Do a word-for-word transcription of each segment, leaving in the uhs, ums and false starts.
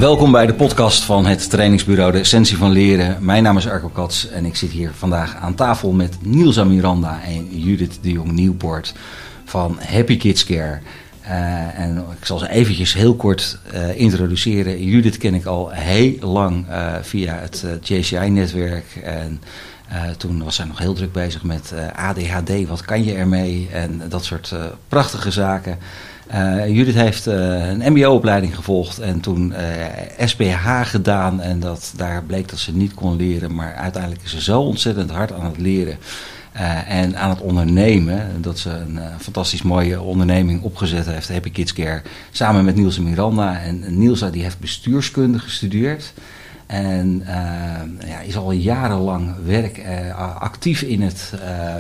Welkom bij de podcast van het trainingsbureau De Essentie van Leren. Mijn naam is Arco Kats en ik zit hier vandaag aan tafel met Nielsa Miranda en Judith de Jong Nieuwpoort van Happy Kids Care. Uh, en ik zal ze eventjes heel kort uh, introduceren. Judith ken ik al heel lang uh, via het uh, J C I-netwerk. En uh, toen was zij nog heel druk bezig met uh, A D H D. Wat kan je ermee? En dat soort uh, prachtige zaken. Uh, Judith heeft uh, een M B O-opleiding gevolgd en toen uh, S P H gedaan. En dat, daar bleek dat ze niet kon leren. Maar uiteindelijk is ze zo ontzettend hard aan het leren. Uh, en aan het ondernemen, dat ze een uh, fantastisch mooie onderneming opgezet heeft, Happy Kids Care, samen met Nielsa Miranda. En Nielsa die heeft bestuurskunde gestudeerd en uh, ja, is al jarenlang werk, uh, actief in het uh,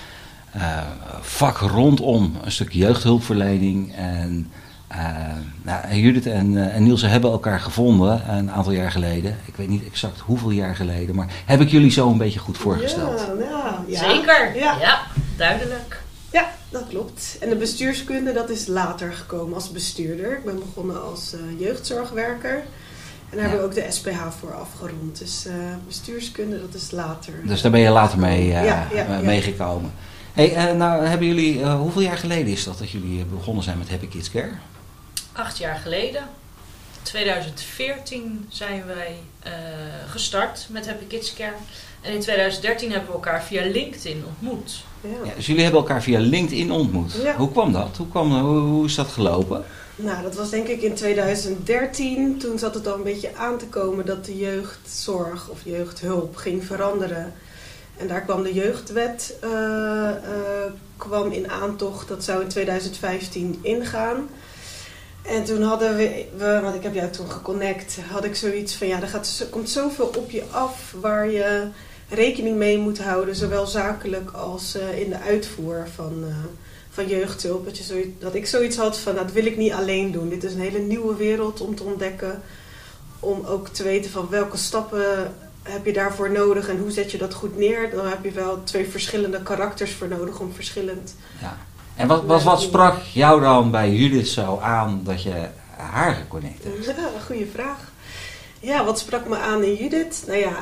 uh, vak rondom een stuk jeugdhulpverlening. En Uh, nou, Judith en, uh, en Nielsa hebben elkaar gevonden een aantal jaar geleden. Ik weet niet exact hoeveel jaar geleden, maar heb ik jullie zo een beetje goed voorgesteld? Ja, ja, ja. Zeker, ja. ja, duidelijk. Ja, dat klopt. En de bestuurskunde, dat is later gekomen als bestuurder. Ik ben begonnen als uh, jeugdzorgwerker. En daar ja. hebben we ook de S P H voor afgerond. Dus uh, bestuurskunde, dat is later. Dus daar ben je later mee, uh, ja, ja, uh, meegekomen. Hey, uh, nou hebben jullie, uh, hoeveel jaar geleden is dat dat jullie begonnen zijn met Happy Kids Care? Acht jaar geleden, tweeduizend veertien, zijn wij uh, gestart met Happy Kids Care. En in tweeduizend dertien hebben we elkaar via LinkedIn ontmoet. Ja. Ja, dus jullie hebben elkaar via LinkedIn ontmoet. Ja. Hoe kwam dat? Hoe, kwam, hoe, hoe is dat gelopen? Nou, dat was denk ik in tweeduizend dertien. Toen zat het al een beetje aan te komen dat de jeugdzorg of jeugdhulp ging veranderen. En daar kwam de jeugdwet uh, uh, kwam in aantocht. Dat zou in tweeduizend vijftien ingaan. En toen hadden we, we, want ik heb jou toen geconnect, had ik zoiets van ja, er gaat, er komt zoveel op je af waar je rekening mee moet houden, zowel zakelijk als uh, in de uitvoer van, uh, van jeugdhulp. Dat, je zoiets, dat ik zoiets had van, nou, dat wil ik niet alleen doen. Dit is een hele nieuwe wereld om te ontdekken, om ook te weten van welke stappen heb je daarvoor nodig en hoe zet je dat goed neer. Dan heb je wel twee verschillende karakters voor nodig om verschillend... Ja. En wat, wat, wat sprak jou dan bij Judith zo aan dat je haar geconnect hebt? Ja, een goede vraag. Ja, wat sprak me aan in Judith? Nou ja,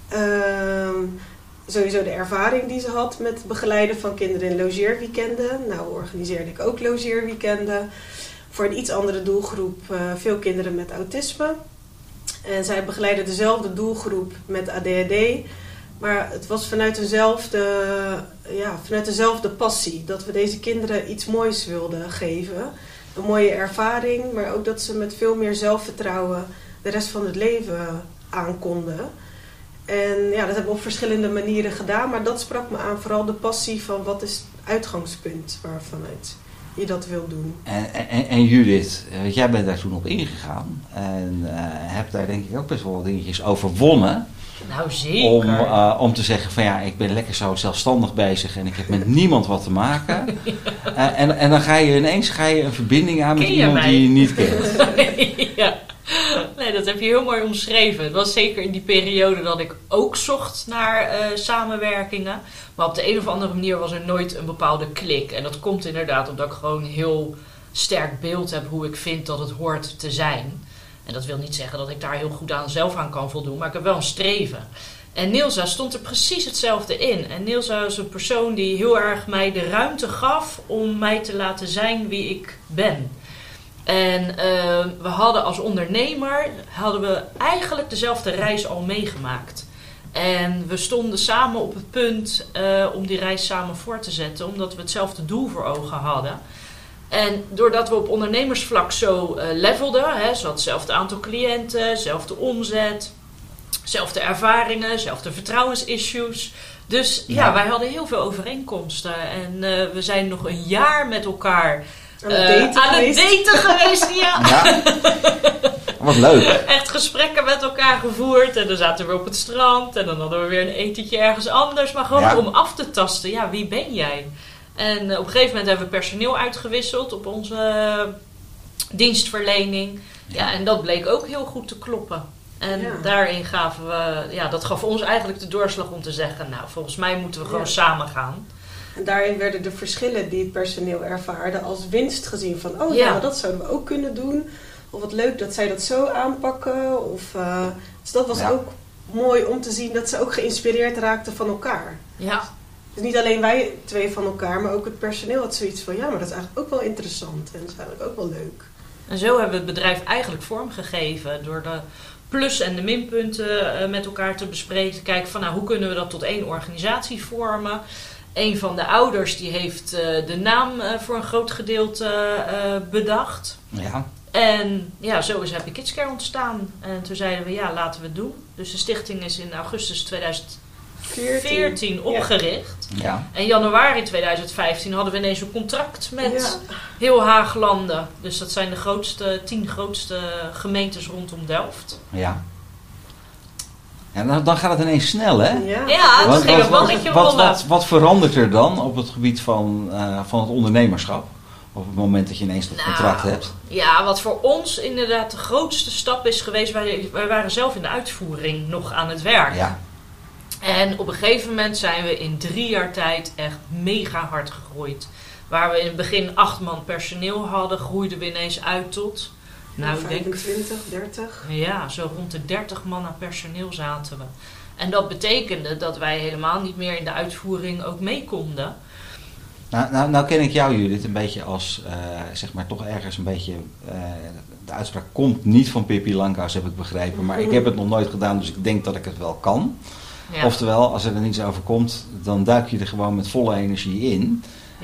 uh, sowieso de ervaring die ze had met het begeleiden van kinderen in logeerweekenden. Nou, organiseerde ik ook logeerweekenden voor een iets andere doelgroep, uh, veel kinderen met autisme. En zij begeleidde dezelfde doelgroep met A D H D. Maar het was vanuit dezelfde, ja, vanuit dezelfde passie. Dat we deze kinderen iets moois wilden geven. Een mooie ervaring, maar ook dat ze met veel meer zelfvertrouwen de rest van het leven aankonden. En ja, dat hebben we op verschillende manieren gedaan. Maar dat sprak me aan, vooral de passie van wat is het uitgangspunt waarvanuit je dat wil doen. En, en, en Judith, jij bent daar toen op ingegaan. En uh, hebt daar denk ik ook best wel wat dingetjes overwonnen. Nou zeker. Om, uh, om te zeggen van ja, ik ben lekker zo zelfstandig bezig en ik heb met niemand wat te maken. ja. uh, en, en dan ga je ineens ga je een verbinding aan met iemand mij? die je niet kent. ja. Nee, dat heb je heel mooi omschreven. Het was zeker in die periode dat ik ook zocht naar uh, samenwerkingen. Maar op de een of andere manier was er nooit een bepaalde klik. En dat komt inderdaad omdat ik gewoon een heel sterk beeld heb hoe ik vind dat het hoort te zijn. En dat wil niet zeggen dat ik daar heel goed aan zelf aan kan voldoen, maar ik heb wel een streven. En Nielsa stond er precies hetzelfde in. En Nielsa is een persoon die heel erg mij de ruimte gaf om mij te laten zijn wie ik ben. En uh, we hadden als ondernemer, hadden we eigenlijk dezelfde reis al meegemaakt. En we stonden samen op het punt uh, om die reis samen voor te zetten, omdat we hetzelfde doel voor ogen hadden. En doordat we op ondernemersvlak zo uh, levelden, hè, zo had hetzelfde aantal cliënten, hetzelfde omzet, zelfde ervaringen, zelfde vertrouwensissues. Dus ja, ja, wij hadden heel veel overeenkomsten. En uh, we zijn nog een jaar met elkaar aan het daten, uh, aan het daten geweest. Ja. ja. Wat leuk. Echt gesprekken met elkaar gevoerd. En dan zaten we op het strand. En dan hadden we weer een etentje ergens anders. Maar gewoon ja. om af te tasten. Ja, wie ben jij? En uh, op een gegeven moment hebben we personeel uitgewisseld op onze uh, dienstverlening. Ja. ja, en dat bleek ook heel goed te kloppen. En ja. daarin gaven we, ja, dat gaf ons eigenlijk de doorslag om te zeggen, nou, volgens mij moeten we gewoon ja. samen gaan. En daarin werden de verschillen die het personeel ervaarde als winst gezien van, oh ja, ja dat zouden we ook kunnen doen. of wat leuk dat zij dat zo aanpakken. Of, uh, dus dat was ja. ook mooi om te zien dat ze ook geïnspireerd raakten van elkaar. Ja. Dus niet alleen wij twee van elkaar, maar ook het personeel had zoiets van, ja, maar dat is eigenlijk ook wel interessant en dat is eigenlijk ook wel leuk. En zo hebben we het bedrijf eigenlijk vormgegeven door de plus- en de minpunten uh, met elkaar te bespreken. Kijken van, nou, hoe kunnen we dat tot één organisatie vormen? Een van de ouders die heeft uh, de naam uh, voor een groot gedeelte uh, bedacht. Ja. En ja, zo is Happy Kids Care ontstaan. En toen zeiden we, ja, laten we het doen. Dus de stichting is in augustus tweeduizend veertien opgericht. Ja. En januari tweeduizend vijftien hadden we ineens een contract met Ja. heel Haaglanden. Dus dat zijn de grootste, tien grootste gemeentes rondom Delft. Ja. Ja, dan, dan gaat het ineens snel, hè? Ja, Ja, het Wat, ging een wat, balletje wat, rollen. wat, wat verandert er dan op het gebied van, uh, van het ondernemerschap? Op het moment dat je ineens dat Nou, contract hebt? Ja, wat voor ons inderdaad de grootste stap is geweest. Wij, wij waren zelf in de uitvoering nog aan het werk. Ja. En op een gegeven moment zijn we in drie jaar tijd echt mega hard gegroeid. Waar we in het begin acht man personeel hadden, groeiden we ineens uit tot... Nou, ik denk, vijfentwintig, dertig. ja, zo rond de dertig man aan personeel zaten we. En dat betekende dat wij helemaal niet meer in de uitvoering ook mee konden. Nou, nou, nou ken ik jou, Judith, een beetje als, uh, zeg maar, toch ergens een beetje... Uh, de uitspraak komt niet van Pippi Langkous, heb ik begrepen. Maar ik heb het nog nooit gedaan, dus ik denk dat ik het wel kan. Ja. Oftewel, als er er niets over komt, dan duik je er gewoon met volle energie in.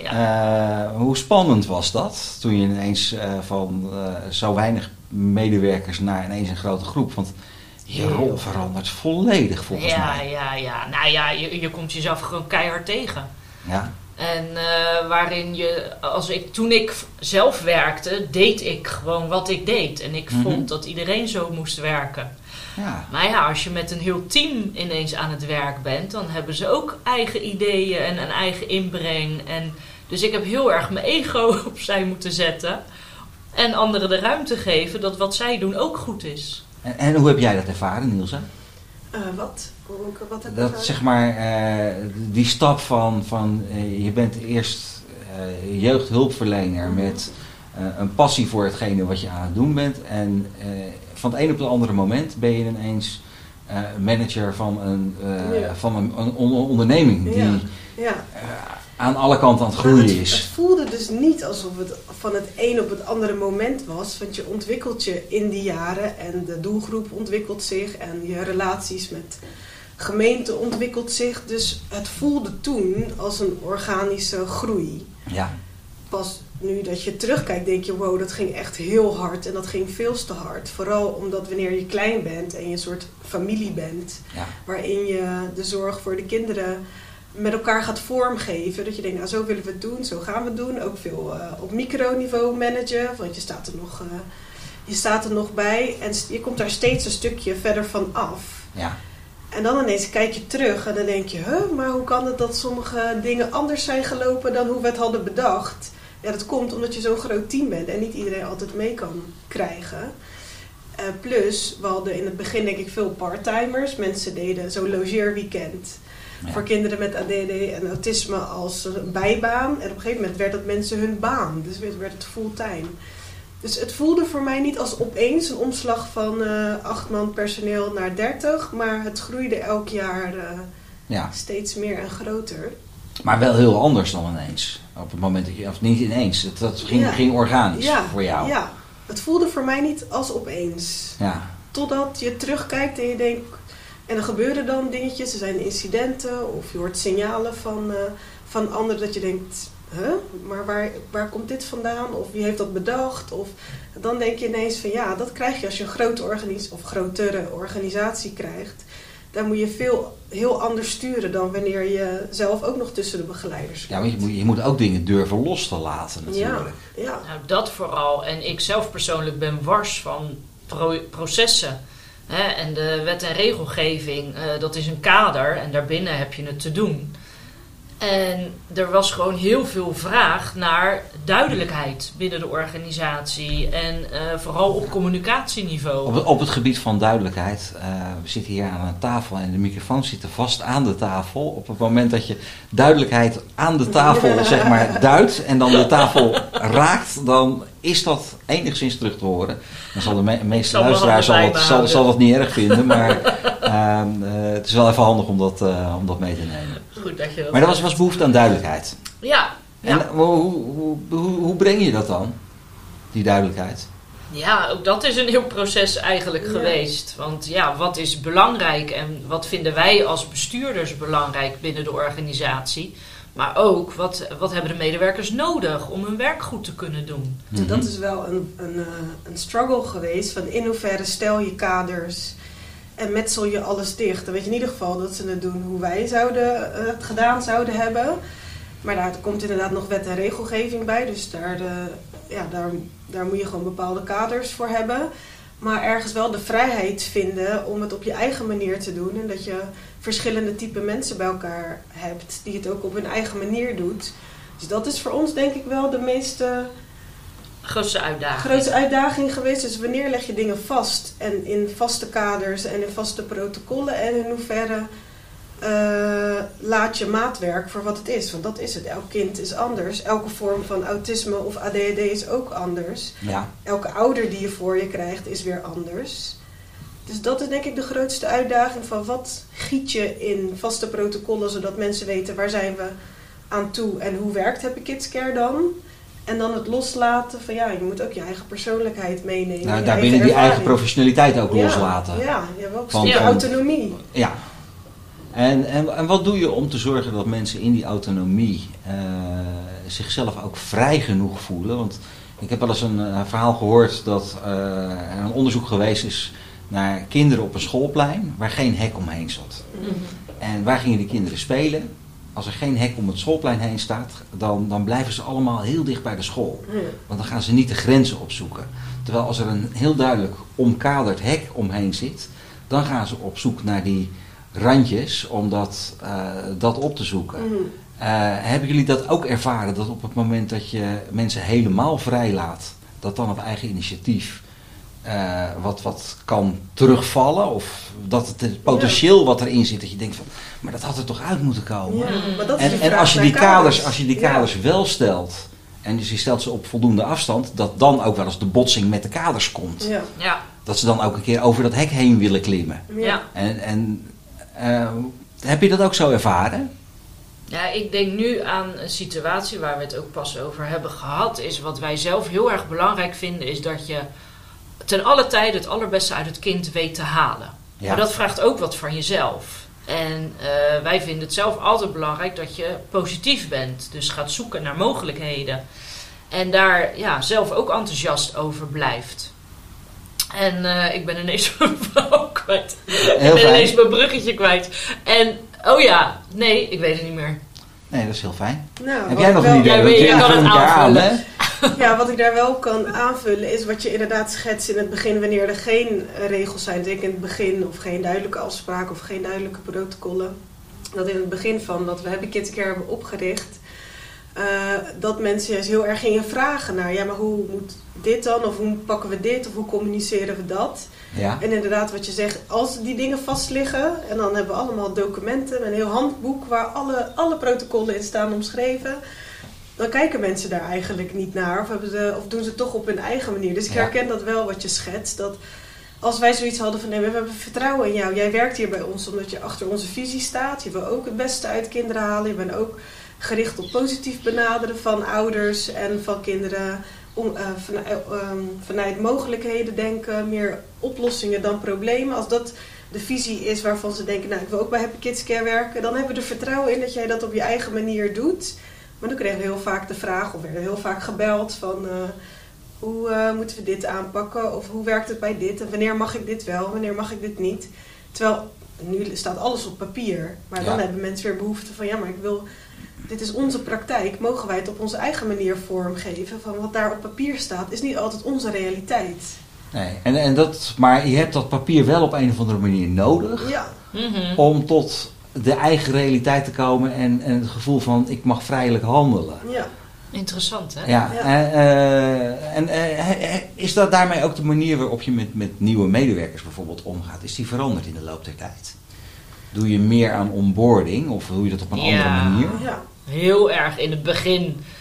Ja. Uh, hoe spannend was dat, toen je ineens uh, van uh, zo weinig medewerkers naar ineens een grote groep... Want je rol verandert volledig volgens ja, mij. Ja, ja. Nou ja, je, je komt jezelf gewoon keihard tegen. Ja. En uh, waarin je, als ik, toen ik zelf werkte, deed ik gewoon wat ik deed. En ik Mm-hmm. vond dat iedereen zo moest werken. Ja. Maar ja, als je met een heel team ineens aan het werk bent, dan hebben ze ook eigen ideeën en een eigen inbreng. En dus ik heb heel erg mijn ego opzij moeten zetten. En anderen de ruimte geven dat wat zij doen ook goed is. En, en hoe heb jij dat ervaren, Nielsa? Uh, wat? Hoe, wat heb Dat, ik zeg maar, uh, die stap van, van uh, je bent eerst uh, jeugdhulpverlener met uh, een passie voor hetgene wat je aan het doen bent. En uh, van het een op het andere moment ben je ineens uh, manager van een, uh, ja. van een, een onderneming die Ja. Ja. Uh, aan alle kanten aan het groeien het, is. Het voelde dus niet alsof het van het een op het andere moment was. Want je ontwikkelt je in die jaren en de doelgroep ontwikkelt zich en je relaties met gemeenten ontwikkelt zich. Dus het voelde toen als een organische groei. Ja. Pas nu dat je terugkijkt denk je, wow, dat ging echt heel hard en dat ging veel te hard. Vooral omdat wanneer je klein bent en je een soort familie bent, Ja. waarin je de zorg voor de kinderen met elkaar gaat vormgeven. Dat je denkt, nou zo willen we het doen, zo gaan we het doen. Ook veel uh, op microniveau managen, want je staat er nog, uh, je staat er nog bij. En je komt daar steeds een stukje verder van af. Ja. En dan ineens kijk je terug en dan denk je, huh, maar hoe kan het dat sommige dingen anders zijn gelopen dan hoe we het hadden bedacht? Ja, dat komt omdat je zo'n groot team bent en niet iedereen altijd mee kan krijgen. Uh, plus, we hadden in het begin denk ik veel parttimers. Mensen deden zo'n logeerweekend. Ja. Voor kinderen met A D D en autisme als een bijbaan. En op een gegeven moment werd dat mensen hun baan. Dus werd het fulltime. Dus het voelde voor mij niet als opeens een omslag van uh, acht man personeel naar dertig. Maar het groeide elk jaar uh, ja. steeds meer en groter. Maar wel heel anders dan ineens. Op het moment dat je, of niet ineens. Het, dat ging, ja. ging organisch ja. voor jou. Ja, het voelde voor mij niet als opeens. Ja. Totdat je terugkijkt en je denkt... En er gebeuren dan dingetjes, er zijn incidenten of je hoort signalen van, uh, van anderen dat je denkt, huh? Maar waar, waar komt dit vandaan? Of wie heeft dat bedacht? Of dan denk je ineens van ja, dat krijg je als je een grote organisatie of grotere organisatie krijgt. Daar moet je veel heel anders sturen dan wanneer je zelf ook nog tussen de begeleiders komt. Ja, maar je moet, je moet ook dingen durven los te laten natuurlijk. Ja, ja. Nou, dat vooral. En ik zelf persoonlijk ben wars van pro- processen. He, en de wet en regelgeving, uh, dat is een kader en daarbinnen heb je het te doen. En er was gewoon heel veel vraag naar duidelijkheid binnen de organisatie en uh, vooral op communicatieniveau. Op, op het gebied van duidelijkheid, uh, we zitten hier aan een tafel en de microfoons zitten vast aan de tafel. Op het moment dat je duidelijkheid aan de tafel zeg maar duidt en dan de tafel raakt, dan is dat enigszins terug te horen. Dan zal de me- meeste zal luisteraars zal wel het, zal, zal het niet erg vinden, maar uh, uh, het is wel even handig om dat, uh, om dat mee te nemen. Goed dat je dat Maar er was, was behoefte aan duidelijkheid. Ja. En ja. hoe, hoe, hoe, hoe breng je dat dan, die duidelijkheid? Ja, ook dat is een heel proces eigenlijk Ja. geweest. Want ja, wat is belangrijk en wat vinden wij als bestuurders belangrijk binnen de organisatie? Maar ook, wat, wat hebben de medewerkers nodig om hun werk goed te kunnen doen? Dus dat is wel een, een, uh, een struggle geweest. Van in hoeverre stel je kaders en metsel je alles dicht. Dan weet je in ieder geval dat ze het doen hoe wij zouden, uh, het gedaan zouden hebben. Maar daar komt inderdaad nog wet en regelgeving bij. Dus daar, de, ja, daar, daar moet je gewoon bepaalde kaders voor hebben. Maar ergens wel de vrijheid vinden om het op je eigen manier te doen. En dat je verschillende type mensen bij elkaar hebt die het ook op hun eigen manier doet. Dus dat is voor ons denk ik wel de meeste Grootste uitdaging. grootste uitdaging geweest. Dus wanneer leg je dingen vast en in vaste kaders en in vaste protocollen en in hoeverre uh, laat je maatwerk voor wat het is. Want dat is het. Elk kind is anders. Elke vorm van autisme of A D H D is ook anders. Ja. Elke ouder die je voor je krijgt is weer anders. Dus dat is denk ik de grootste uitdaging van wat giet je in vaste protocollen zodat mensen weten waar zijn we aan toe en hoe werkt Happy Kids Care dan. En dan het loslaten van ja, je moet ook je eigen persoonlijkheid meenemen. Nou, je daar binnen die eigen ervaring. professionaliteit ook Ja, loslaten. Ja, je hebt wel een Van- stukje van- autonomie. Ja. En, en, en wat doe je om te zorgen dat mensen in die autonomie uh, zichzelf ook vrij genoeg voelen? Want ik heb wel eens een uh, verhaal gehoord dat uh, er een onderzoek geweest is naar kinderen op een schoolplein waar geen hek omheen zat. Mhm. En waar gingen die kinderen spelen? Als er geen hek om het schoolplein heen staat, dan, dan blijven ze allemaal heel dicht bij de school. Ja. Want dan gaan ze niet de grenzen opzoeken. Terwijl als er een heel duidelijk omkaderd hek omheen zit, dan gaan ze op zoek naar die randjes om dat, uh, dat op te zoeken. Mhm. Uh, hebben jullie dat ook ervaren, dat op het moment dat je mensen helemaal vrij laat, dat dan op eigen initiatief uh, wat, wat kan terugvallen? Of dat het, het potentieel wat erin zit, dat je denkt van, maar dat had er toch uit moeten komen? Ja, maar dat is En, die en vraag als je naar die kaders, als je die Ja. kaders wel stelt, en dus je stelt ze op voldoende afstand, dat dan ook wel eens de botsing met de kaders komt. Ja. Ja, Dat ze dan ook een keer over dat hek heen willen klimmen. Ja. ja. En, en uh, heb je dat ook zo ervaren? Ja, ik denk nu aan een situatie waar we het ook pas over hebben gehad. Is wat wij zelf heel erg belangrijk vinden, is dat je ten alle tijde het allerbeste uit het kind weet te halen. Ja. Maar dat vraagt ook wat van jezelf. En uh, wij vinden het zelf altijd belangrijk dat je positief bent. Dus gaat zoeken naar mogelijkheden. En daar ja, zelf ook enthousiast over blijft. En uh, ik ben ineens mijn vrouw kwijt. Heel ik ben fijn. ineens mijn bruggetje kwijt. En, oh ja, nee, ik weet het niet meer. Nee, dat is heel fijn. Nou, Heb wat jij ik nog wel- een idee? Ja, Want je jullie kan vullen het elkaar aan, aanvullen. hè? Ja, wat ik daar wel kan aanvullen is wat je inderdaad schetst in het begin wanneer er geen eh, regels zijn. Denk in het begin of geen duidelijke afspraken of geen duidelijke protocollen. Dat in het begin van dat we Happy Kids Care hebben opgericht, uh, dat mensen juist heel erg gingen vragen naar ja, maar hoe moet dit dan? Of hoe pakken we dit? Of hoe communiceren we dat? Ja. En inderdaad wat je zegt, als die dingen vastliggen en dan hebben we allemaal documenten met een heel handboek waar alle, alle protocollen in staan omschreven, dan kijken mensen daar eigenlijk niet naar of, hebben ze, of doen ze het toch op hun eigen manier. Dus ik Ja. herken dat wel wat je schetst, dat als wij zoiets hadden van nee, we hebben vertrouwen in jou, jij werkt hier bij ons omdat je achter onze visie staat, je wil ook het beste uit kinderen halen, je bent ook gericht op positief benaderen van ouders en van kinderen, om, uh, vanuit, um, vanuit mogelijkheden denken, meer oplossingen dan problemen. Als dat de visie is waarvan ze denken, nou ik wil ook bij Happy Kids Care werken, dan hebben we er vertrouwen in dat jij dat op je eigen manier doet. Maar dan kregen we heel vaak de vraag, of werden heel vaak gebeld van uh, hoe uh, moeten we dit aanpakken? Of hoe werkt het bij dit? En wanneer mag ik dit wel? Wanneer mag ik dit niet? Terwijl, nu staat alles op papier. Maar dan Ja. hebben mensen weer behoefte van, ja maar ik wil, dit is onze praktijk. Mogen wij het op onze eigen manier vormgeven? Van wat daar op papier staat, is niet altijd onze realiteit. Nee. En, en dat, maar je hebt dat papier wel op een of andere manier nodig Ja, Mhm. om tot de eigen realiteit te komen en, en het gevoel van ik mag vrijelijk handelen. ja. Interessant, hè? Ja, Ja. eh, eh, en eh, eh, is dat daarmee ook de manier waarop je met, met nieuwe medewerkers bijvoorbeeld omgaat? Is die veranderd in de loop der tijd? Doe je meer aan onboarding of doe je dat op een Ja. andere manier? ja. Heel erg in het begin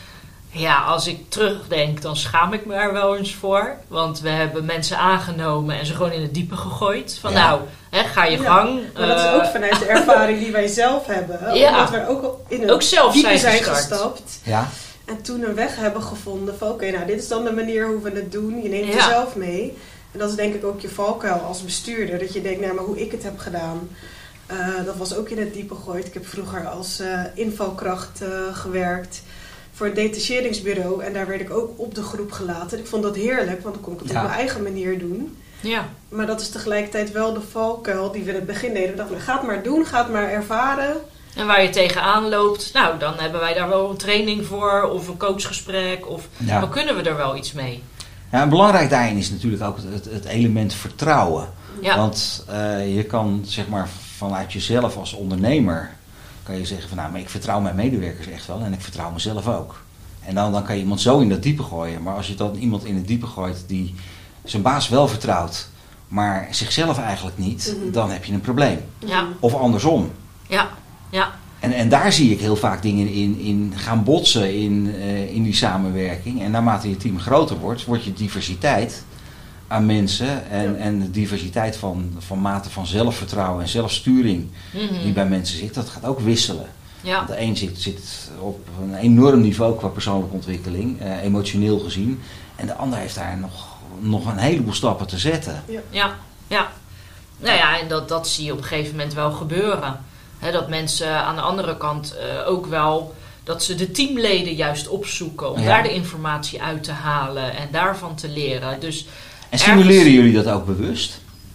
Ja, als ik terugdenk, dan schaam ik me er wel eens voor. Want we hebben mensen aangenomen en ze gewoon in het diepe gegooid. Van ja. nou, hè, ga je ja, gang. Maar dat is ook vanuit de ervaring die wij zelf hebben. Ja. Omdat we ook in een ook zelf diepe zijn, zijn gestart. gestapt. Ja. En toen een weg hebben gevonden van oké, okay, nou dit is dan de manier hoe we het doen. Je neemt ja. jezelf mee. En dat is denk ik ook je valkuil als bestuurder. Dat je denkt, nou maar hoe ik het heb gedaan. Uh, dat was ook in het diepe gegooid. Ik heb vroeger als uh, invalkracht uh, gewerkt voor een detacheringsbureau. En daar werd ik ook op de groep gelaten. Ik vond dat heerlijk, want dan kon ik het ja. op mijn eigen manier doen. Ja. Maar dat is tegelijkertijd wel de valkuil die we in het begin deden. We dachten, ga het maar doen, ga het maar ervaren. En waar je tegenaan loopt, nou dan hebben wij daar wel een training voor of een coachgesprek. Of ja. dan kunnen we er wel iets mee. Ja, en belangrijk daarin is natuurlijk ook het, het element vertrouwen. Ja. Want uh, je kan zeg maar vanuit jezelf als ondernemer kan je zeggen van nou, maar ik vertrouw mijn medewerkers echt wel en ik vertrouw mezelf ook. En dan, dan kan je iemand zo in dat diepe gooien. Maar als je dan iemand in het diepe gooit die zijn baas wel vertrouwt, maar zichzelf eigenlijk niet, mm-hmm. dan heb je een probleem. Ja. Of andersom. Ja, ja. En, en daar zie ik heel vaak dingen in, in gaan botsen in, uh, in die samenwerking. En naarmate je team groter wordt, wordt je diversiteit aan mensen en, ja. en de diversiteit van, van mate van zelfvertrouwen en zelfsturing mm-hmm. die bij mensen zit, dat gaat ook wisselen. Ja. Want de een zit, zit op een enorm niveau qua persoonlijke ontwikkeling, uh, emotioneel gezien. En de ander heeft daar nog, nog een heleboel stappen te zetten. Ja, ja. ja. Nou ja, en dat, dat zie je op een gegeven moment wel gebeuren. He, dat mensen aan de andere kant uh, ook wel, dat ze de teamleden juist opzoeken om ja. daar de informatie uit te halen en daarvan te leren. Dus en stimuleren ergens, jullie dat ook bewust?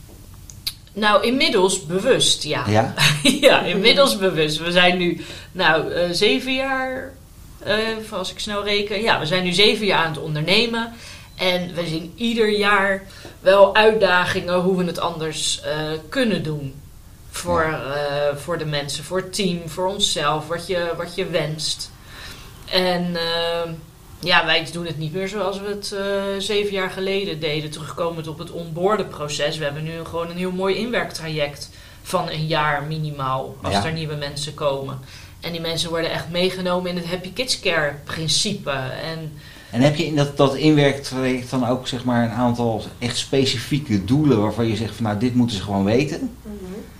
Nou, inmiddels bewust, ja. Ja, ja inmiddels bewust. We zijn nu, nou, uh, zeven jaar, uh, als ik snel reken, ja, we zijn nu zeven jaar aan het ondernemen. En we zien ieder jaar wel uitdagingen hoe we het anders uh, kunnen doen. Voor, ja. uh, voor de mensen, voor het team, voor onszelf, wat je, wat je wenst. En uh, ja, wij doen het niet meer zoals we het uh, zeven jaar geleden deden. Terugkomend op het onboardenproces. We hebben nu gewoon een heel mooi inwerktraject van een jaar minimaal. Als ja. er nieuwe mensen komen. En die mensen worden echt meegenomen in het Happy Kids Care principe. En, en heb je in dat, dat inwerktraject dan ook zeg maar een aantal echt specifieke doelen waarvan je zegt van nou dit moeten ze gewoon weten? Mm-hmm.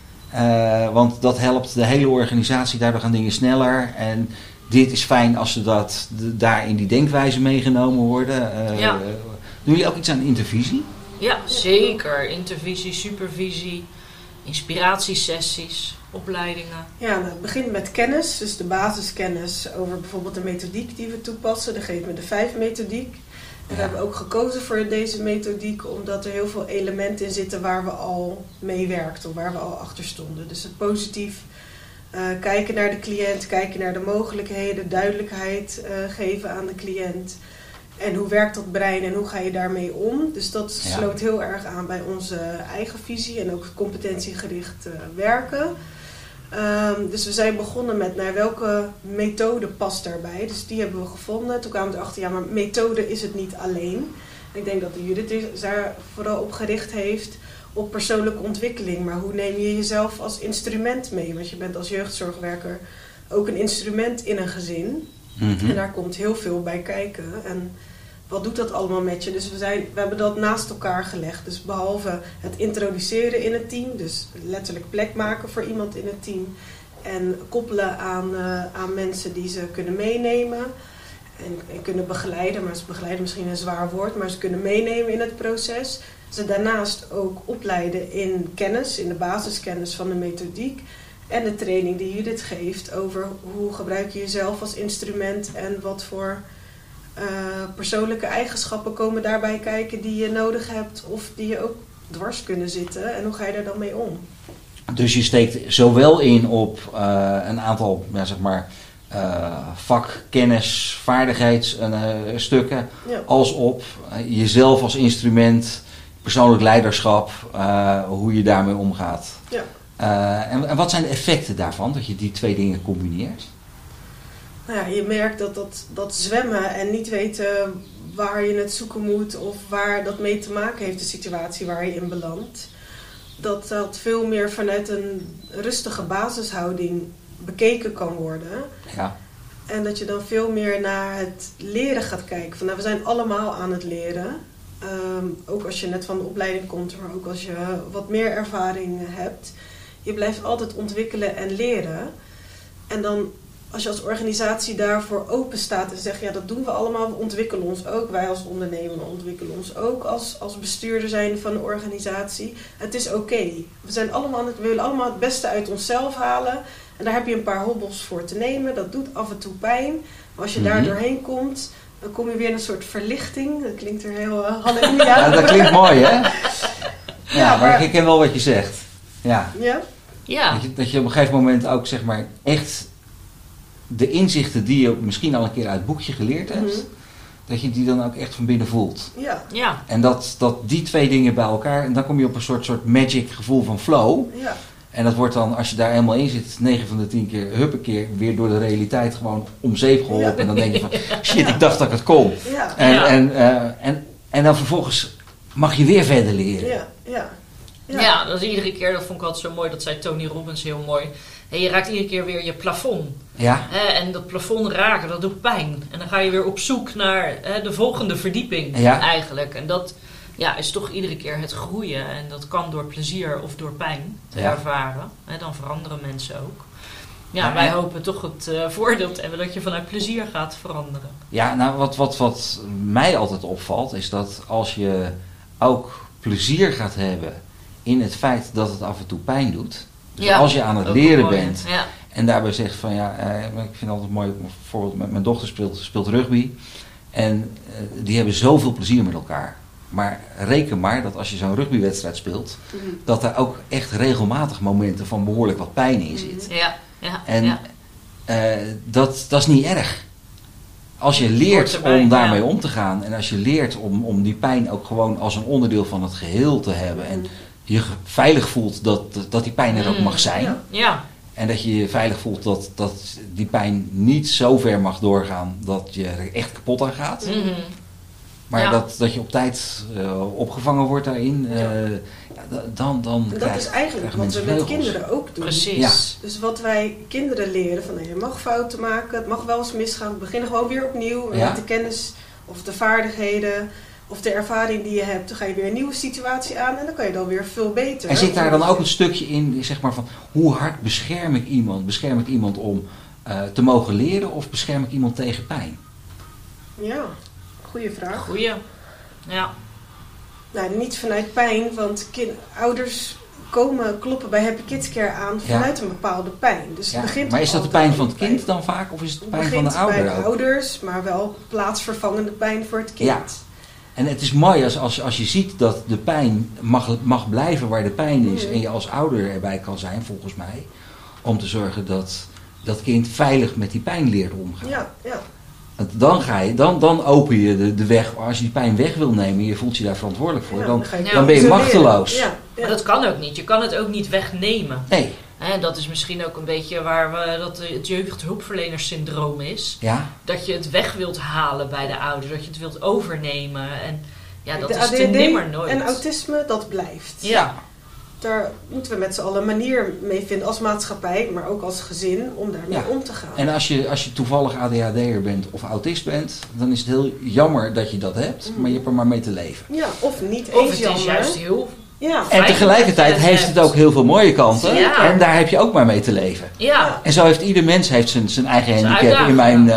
Uh, want dat helpt de hele organisatie, daardoor gaan dingen sneller. En dit is fijn als ze dat de, daar in die denkwijze meegenomen worden. Uh, ja. Doen jullie ook iets aan intervisie? Ja, zeker. Intervisie, supervisie, inspiratiesessies, opleidingen. Ja, nou, het begint met kennis. Dus de basiskennis over bijvoorbeeld de methodiek die we toepassen. Dan geven we de vijf methodiek. En we ja. hebben ook gekozen voor deze methodiek omdat er heel veel elementen in zitten waar we al mee werkten, waar we al achter stonden. Dus het positief uh, kijken naar de cliënt, kijken naar de mogelijkheden, duidelijkheid uh, geven aan de cliënt. En hoe werkt dat brein en hoe ga je daarmee om? Dus dat ja. sloot heel erg aan bij onze eigen visie en ook competentiegericht uh, werken. Um, dus we zijn begonnen met naar welke methode past daarbij. Dus die hebben we gevonden. Toen kwamen we erachter, ja, maar methode is het niet alleen. En ik denk dat de Judith daar vooral op gericht heeft op persoonlijke ontwikkeling. Maar hoe neem je jezelf als instrument mee? Want je bent als jeugdzorgwerker ook een instrument in een gezin. Mm-hmm. En daar komt heel veel bij kijken. En wat doet dat allemaal met je? Dus we, zijn, we hebben dat naast elkaar gelegd. Dus behalve het introduceren in het team, dus letterlijk plek maken voor iemand in het team. En koppelen aan, uh, aan mensen die ze kunnen meenemen. En, en kunnen begeleiden, maar ze begeleiden misschien een zwaar woord, maar ze kunnen meenemen in het proces. Ze daarnaast ook opleiden in kennis, in de basiskennis van de methodiek. En de training die Judith geeft over hoe gebruik je jezelf als instrument en wat voor uh, persoonlijke eigenschappen komen daarbij kijken die je nodig hebt of die je ook dwars kunnen zitten en hoe ga je daar dan mee om? Dus je steekt zowel in op uh, een aantal, ja, zeg maar, uh, vak, kennis, vaardigheidsstukken, uh, ja. als op uh, jezelf als instrument, persoonlijk leiderschap, uh, hoe je daarmee omgaat. Ja. Uh, en, en wat zijn de effecten daarvan, dat je die twee dingen combineert? Nou ja, je merkt dat, dat dat zwemmen en niet weten waar je het zoeken moet of waar dat mee te maken heeft, de situatie waar je in belandt. Dat dat veel meer vanuit een rustige basishouding bekeken kan worden. Ja. En dat je dan veel meer naar het leren gaat kijken. Van, nou, we zijn allemaal aan het leren. Um, ook als je net van de opleiding komt, maar ook als je wat meer ervaring hebt. Je blijft altijd ontwikkelen en leren. En dan, als je als organisatie daarvoor open staat en zegt, ja, dat doen we allemaal, we ontwikkelen ons ook. Wij als ondernemer ontwikkelen ons ook als, als bestuurder zijn van een organisatie. Het is oké. Okay. We zijn allemaal, we willen allemaal het beste uit onszelf halen. En daar heb je een paar hobbels voor te nemen. Dat doet af en toe pijn. Maar als je mm-hmm. daar doorheen komt, dan kom je weer in een soort verlichting. Dat klinkt er heel uh, halleluja. Ja, dat klinkt mooi, hè? Ja, ja, maar ik ken wel wat je zegt. Ja. Ja? Ja. Dat je, dat je op een gegeven moment ook, zeg maar, echt de inzichten die je misschien al een keer uit het boekje geleerd hebt, mm-hmm. dat je die dan ook echt van binnen voelt. Ja. Ja. En dat, dat die twee dingen bij elkaar, en dan kom je op een soort, soort magic gevoel van flow. Ja. En dat wordt dan, als je daar helemaal in zit, negen van de tien keer, huppekeer, weer door de realiteit gewoon om zeep geholpen. Ja. En dan denk je van, shit, ja. ik dacht dat ik het kon. Ja. En, ja. en, uh, en, en dan vervolgens mag je weer verder leren. Ja, ja. Ja. ja, dat is iedere keer, dat vond ik altijd zo mooi, dat zei Tony Robbins heel mooi. En je raakt iedere keer weer je plafond. Ja. Hè, en dat plafond raken, dat doet pijn. En dan ga je weer op zoek naar hè, de volgende verdieping ja. eigenlijk. En dat ja, is toch iedere keer het groeien. En dat kan door plezier of door pijn te ja. ervaren. Hè, dan veranderen mensen ook. Ja, ja wij ja. hopen toch het uh, voordeel te hebben dat je vanuit plezier gaat veranderen. Ja, nou wat, wat, wat mij altijd opvalt is dat als je ook plezier gaat hebben in het feit dat het af en toe pijn doet. Dus ja, als je aan het leren bent ja. en daarbij zegt van ja, eh, ik vind het altijd mooi, bijvoorbeeld met mijn dochter speelt, speelt rugby en uh, die hebben zoveel plezier met elkaar. Maar reken maar dat als je zo'n rugbywedstrijd speelt, mm-hmm. dat er ook echt regelmatig momenten van behoorlijk wat pijn in zit. Ja, ja, en ja. Uh, dat, dat is niet erg. Als je leert erbij, om daarmee ja. om te gaan en als je leert om, om die pijn ook gewoon als een onderdeel van het geheel te hebben mm-hmm. en je veilig voelt dat, dat die pijn er ook mag zijn. Ja. Ja. En dat je je veilig voelt dat, dat die pijn niet zo ver mag doorgaan dat je er echt kapot aan gaat. Mm-hmm. Maar ja. dat, dat je op tijd uh, opgevangen wordt daarin. Uh, ja. Ja, dan, dan dat krijg, is eigenlijk wat we met kinderen ook doen. Precies. Ja. Dus wat wij kinderen leren, van nou, je mag fouten maken, het mag wel eens misgaan. We beginnen gewoon weer opnieuw. En ja. met de kennis of de vaardigheden of de ervaring die je hebt, dan ga je weer een nieuwe situatie aan en dan kan je dan weer veel beter. En zit daar dan ook een stukje in, zeg maar van, hoe hard bescherm ik iemand? Bescherm ik iemand om uh, te mogen leren of bescherm ik iemand tegen pijn? Ja, goede vraag. Goeie, ja. Nou, niet vanuit pijn, want kind, ouders komen kloppen bij Happy Kids Care aan vanuit ja. een bepaalde pijn. Dus ja. het begint maar is dat de pijn van het kind dan vaak of is het de pijn het van de ouder? bij de ouders, maar wel plaatsvervangende pijn voor het kind. Ja. En het is mooi als, als, als je ziet dat de pijn mag, mag blijven waar de pijn is. Mm. En je als ouder erbij kan zijn, volgens mij. Om te zorgen dat dat kind veilig met die pijn leert omgaan. Ja, ja. Want dan, ga je, dan, dan open je de, de weg. Als je die pijn weg wil nemen en je voelt je daar verantwoordelijk voor. Ja, dan, dan, dan ben je machteloos. Ja, ja. Maar dat kan ook niet. Je kan het ook niet wegnemen. Nee. En dat is misschien ook een beetje waar we, dat het jeugdhulpverlenerssyndroom is. Ja. Dat je het weg wilt halen bij de ouders. Dat je het wilt overnemen. En ja, dat de is A D D te nimmer nooit. En autisme, dat blijft. Ja. Daar moeten we met z'n allen een manier mee vinden als maatschappij, maar ook als gezin, om daarmee ja. om te gaan. En als je, als je toevallig A D H D'er bent of autist bent, dan is het heel jammer dat je dat hebt, mm. maar je hebt er maar mee te leven. Ja, of niet of eens het jammer. Is juist heel ja. En tegelijkertijd heeft het ook heel veel mooie kanten. Ja. En daar heb je ook maar mee te leven. Ja. En zo heeft ieder mens heeft zijn, zijn eigen zijn handicap uitdaging. in mijn, uh,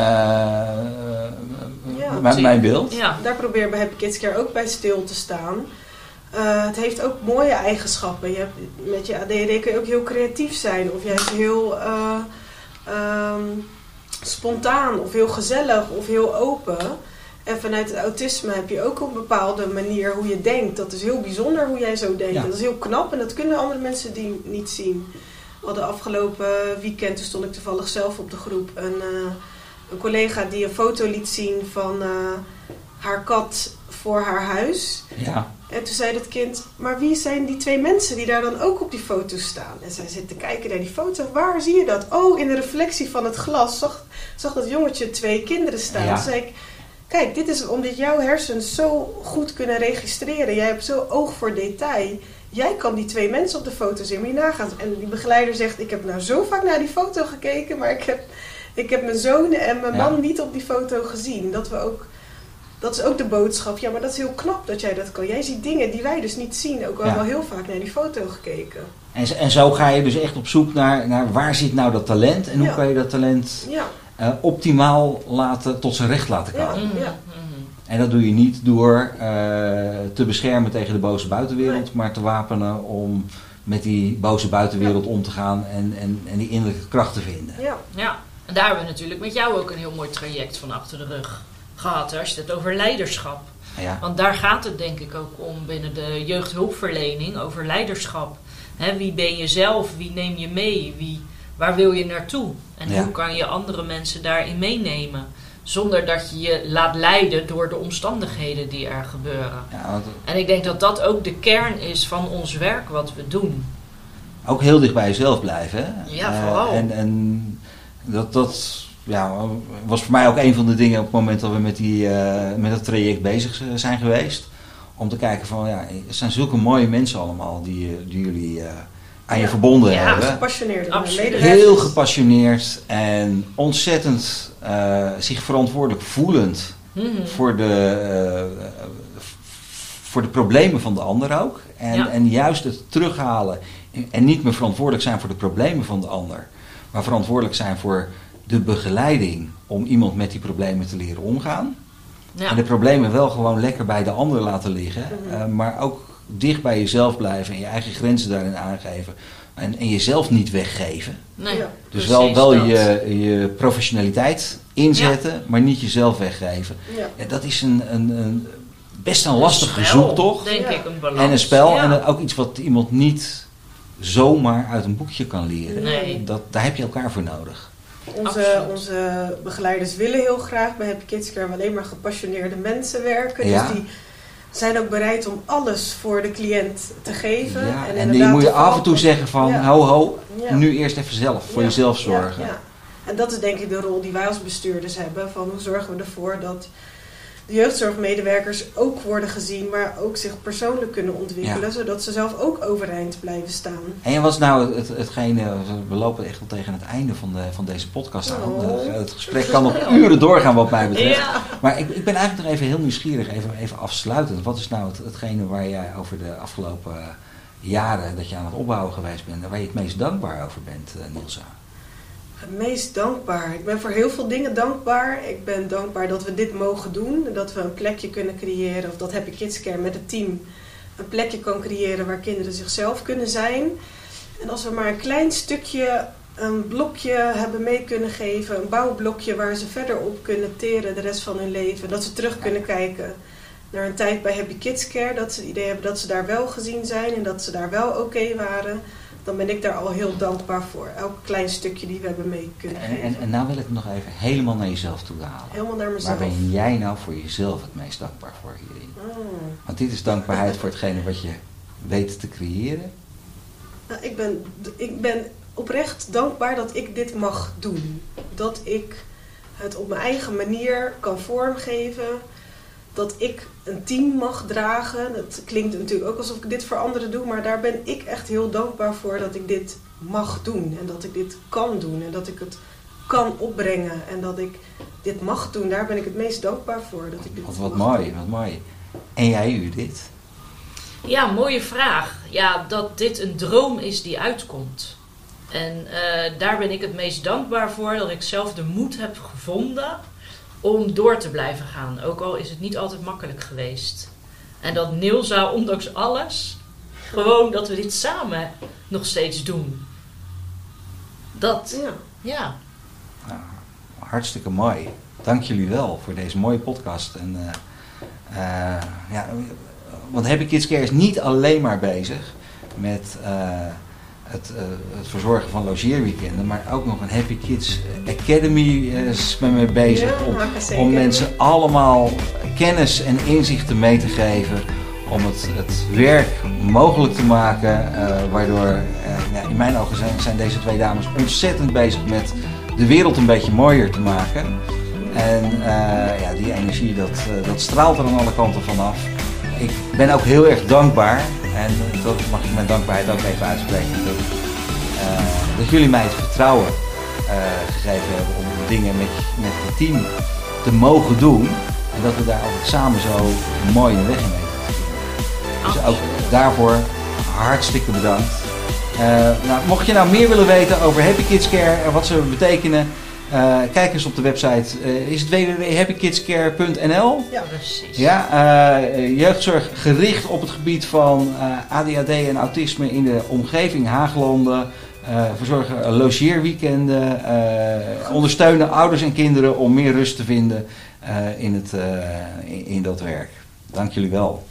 ja. mijn, mijn beeld. Ja. Daar proberen we bij Happy Kids Care ook bij stil te staan. Uh, het heeft ook mooie eigenschappen. Je hebt, met je A D H D kun je ook heel creatief zijn. Of juist heel uh, um, spontaan. Of heel gezellig. Of heel open. En vanuit het autisme heb je ook op een bepaalde manier hoe je denkt. Dat is heel bijzonder hoe jij zo denkt. Ja. En dat is heel knap. En dat kunnen andere mensen die niet zien. We hadden afgelopen weekend, toen stond ik toevallig zelf op de groep. Een, uh, een collega die een foto liet zien van uh, haar kat voor haar huis. Ja. En toen zei het kind, maar wie zijn die twee mensen die daar dan ook op die foto staan? En zij zit te kijken naar die foto. Waar zie je dat? Oh, in de reflectie van het glas zag, zag dat jongetje twee kinderen staan. Ja. Toen zei ik, kijk, dit is omdat jouw hersens zo goed kunnen registreren. Jij hebt zo oog voor detail. Jij kan die twee mensen op de foto zien, maar je nagaat. En die begeleider zegt, ik heb nou zo vaak naar die foto gekeken, maar ik heb Ik heb mijn zoon en mijn Ja. man niet op die foto gezien. Dat we ook, dat is ook de boodschap. Ja, maar dat is heel knap dat jij dat kan. Jij ziet dingen die wij dus niet zien. Ook al Ja. hebben we al heel vaak naar die foto gekeken. En, en zo ga je dus echt op zoek naar, naar waar zit nou dat talent en hoe Ja. kan je dat talent Ja, uh, optimaal laten, tot zijn recht laten Ja. komen. Mhm, Ja. mhm. En dat doe je niet door uh, te beschermen tegen de boze buitenwereld, Nee. maar te wapenen om met die boze buitenwereld om te gaan en, en, en die innerlijke kracht te vinden. ja. Ja, en daar hebben we natuurlijk met jou ook een heel mooi traject van achter de rug gehad. Hè, als je het hebt over leiderschap. Ja. Want daar gaat het denk ik ook om binnen de jeugdhulpverlening, over leiderschap. Hè, wie ben je zelf? Wie neem je mee? Wie, waar wil je naartoe? En Ja. hoe kan je andere mensen daarin meenemen? Zonder dat je je laat leiden door de omstandigheden die er gebeuren. Ja, want En ik denk dat dat ook de kern is van ons werk wat we doen. ook heel dicht bij jezelf blijven. Hè? Ja, Uh, vooral. en en dat, dat ja, was voor mij ook een van de dingen op het moment dat we met, die, uh, met dat traject bezig zijn geweest. Om te kijken van, ja, er zijn zulke mooie mensen allemaal die, die jullie uh, aan je Ja. verbonden Ja, hebben. Gepassioneerde Absoluut. medewerkers. Heel gepassioneerd en ontzettend uh, zich verantwoordelijk voelend Mhm. voor de, uh, voor de problemen van de ander ook. En, Ja. en juist het terughalen en niet meer verantwoordelijk zijn voor de problemen van de ander, maar verantwoordelijk zijn voor de begeleiding om iemand met die problemen te leren omgaan. Ja. En de problemen wel gewoon lekker bij de ander laten liggen, Mhm. uh, maar ook dicht bij jezelf blijven en je eigen grenzen daarin aangeven. En, en jezelf niet weggeven. Nee, Ja. Dus precies wel, wel dat. je, je professionaliteit inzetten, maar niet jezelf weggeven. Ja. Ja, dat is een, een, een, best een lastig Een spel, zoektocht. denk Ja. ik, een balans. En een spel. Ja. En ook iets wat iemand niet zomaar uit een boekje kan leren. Nee. Dat, daar heb je elkaar voor nodig. Onze, Absoluut. onze begeleiders willen heel graag bij Happy Kids Care alleen maar gepassioneerde mensen werken. Ja. Dus die zijn ook bereid om alles voor de cliënt te geven. Ja, en die inderdaad moet je te af en toe volgen. zeggen van, Ja. ho ho, Ja. nu eerst even zelf, voor Ja. jezelf zorgen. Ja, ja. En dat is denk ik de rol die wij als bestuurders hebben. Van hoe zorgen we ervoor dat de jeugdzorgmedewerkers ook worden gezien, maar ook zich persoonlijk kunnen ontwikkelen, Ja. zodat ze zelf ook overeind blijven staan. En wat is nou het, hetgene, we lopen echt wel tegen het einde van, de, van deze podcast aan. Oh. Het gesprek kan nog uren doorgaan wat mij betreft. Ja. Maar ik, ik ben eigenlijk nog even heel nieuwsgierig, even, even afsluitend. Wat is nou het, hetgene waar jij over de afgelopen jaren dat je aan het opbouwen geweest bent, waar je het meest dankbaar over bent, uh, Nielsa? Het meest dankbaar. Ik ben voor heel veel dingen dankbaar. Ik ben dankbaar dat we dit mogen doen. Dat we een plekje kunnen creëren. Of dat Happy Kids Care met het team een plekje kan creëren waar kinderen zichzelf kunnen zijn. En als we maar een klein stukje, een blokje hebben mee kunnen geven. Een bouwblokje waar ze verder op kunnen teren de rest van hun leven. Dat ze terug kunnen kijken naar een tijd bij Happy Kids Care. Dat ze het idee hebben dat ze daar wel gezien zijn en dat ze daar wel oké waren. Dan ben ik daar al heel dankbaar voor. Elk klein stukje die we hebben mee kunnen En, geven. en, en nou wil ik het nog even helemaal naar jezelf toe halen. Helemaal naar Waar mezelf. ben jij nou voor jezelf het meest dankbaar voor hierin? Oh. Want dit is dankbaarheid voor hetgene wat je weet te creëren. Nou, ik, ben, ik ben oprecht dankbaar dat ik dit mag doen. Dat ik het op mijn eigen manier kan vormgeven. Dat ik een team mag dragen. Dat klinkt natuurlijk ook alsof ik dit voor anderen doe. Maar daar ben ik echt heel dankbaar voor dat ik dit mag doen. En dat ik dit kan doen. En dat ik het kan opbrengen. En dat ik dit mag doen. Daar ben ik het meest dankbaar voor. Dat ik dit Wat, wat mag mooi, doen. wat mooi. En jij, Judith? Ja, mooie vraag. Ja, dat dit een droom is die uitkomt. En uh, daar ben ik het meest dankbaar voor. Dat ik zelf de moed heb gevonden om door te blijven gaan. Ook al is het niet altijd makkelijk geweest. En dat Nielsa, ondanks alles, gewoon dat we dit samen nog steeds doen. Dat, Ja. ja. Nou, hartstikke mooi. Dank jullie wel voor deze mooie podcast. En, uh, uh, ja, want Happy Kids Care is niet alleen maar bezig met uh, het, uh, het verzorgen van logeerweekenden, maar ook nog een Happy Kids Academy uh, is met me bezig Ja, om, H K C om Academy. mensen allemaal kennis en inzichten mee te geven. Om het, het werk mogelijk te maken, uh, waardoor uh, ja, in mijn ogen zijn, zijn deze twee dames ontzettend bezig met de wereld een beetje mooier te maken. En uh, ja, die energie dat, uh, dat straalt er aan alle kanten vanaf. Ik ben ook heel erg dankbaar, en uh, dat mag ik mijn dankbaarheid ook even uitspreken, dat, uh, dat jullie mij het vertrouwen uh, gegeven hebben om dingen met, met het team te mogen doen. En dat we daar altijd samen zo mooi een weg in weten te vinden. Dus ook daarvoor hartstikke bedankt. Uh, nou, mocht je nou meer willen weten over Happy Kids Care en wat ze betekenen, uh, kijk eens op de website. Uh, is het w w w punt happy kids care punt n l? Ja, precies. Ja, uh, jeugdzorg gericht op het gebied van uh, A D H D en autisme in de omgeving Haaglanden. Uh, verzorgen logeerweekenden, uh, ondersteunen ouders en kinderen om meer rust te vinden uh, in, het, uh, in, in dat werk. Dank jullie wel.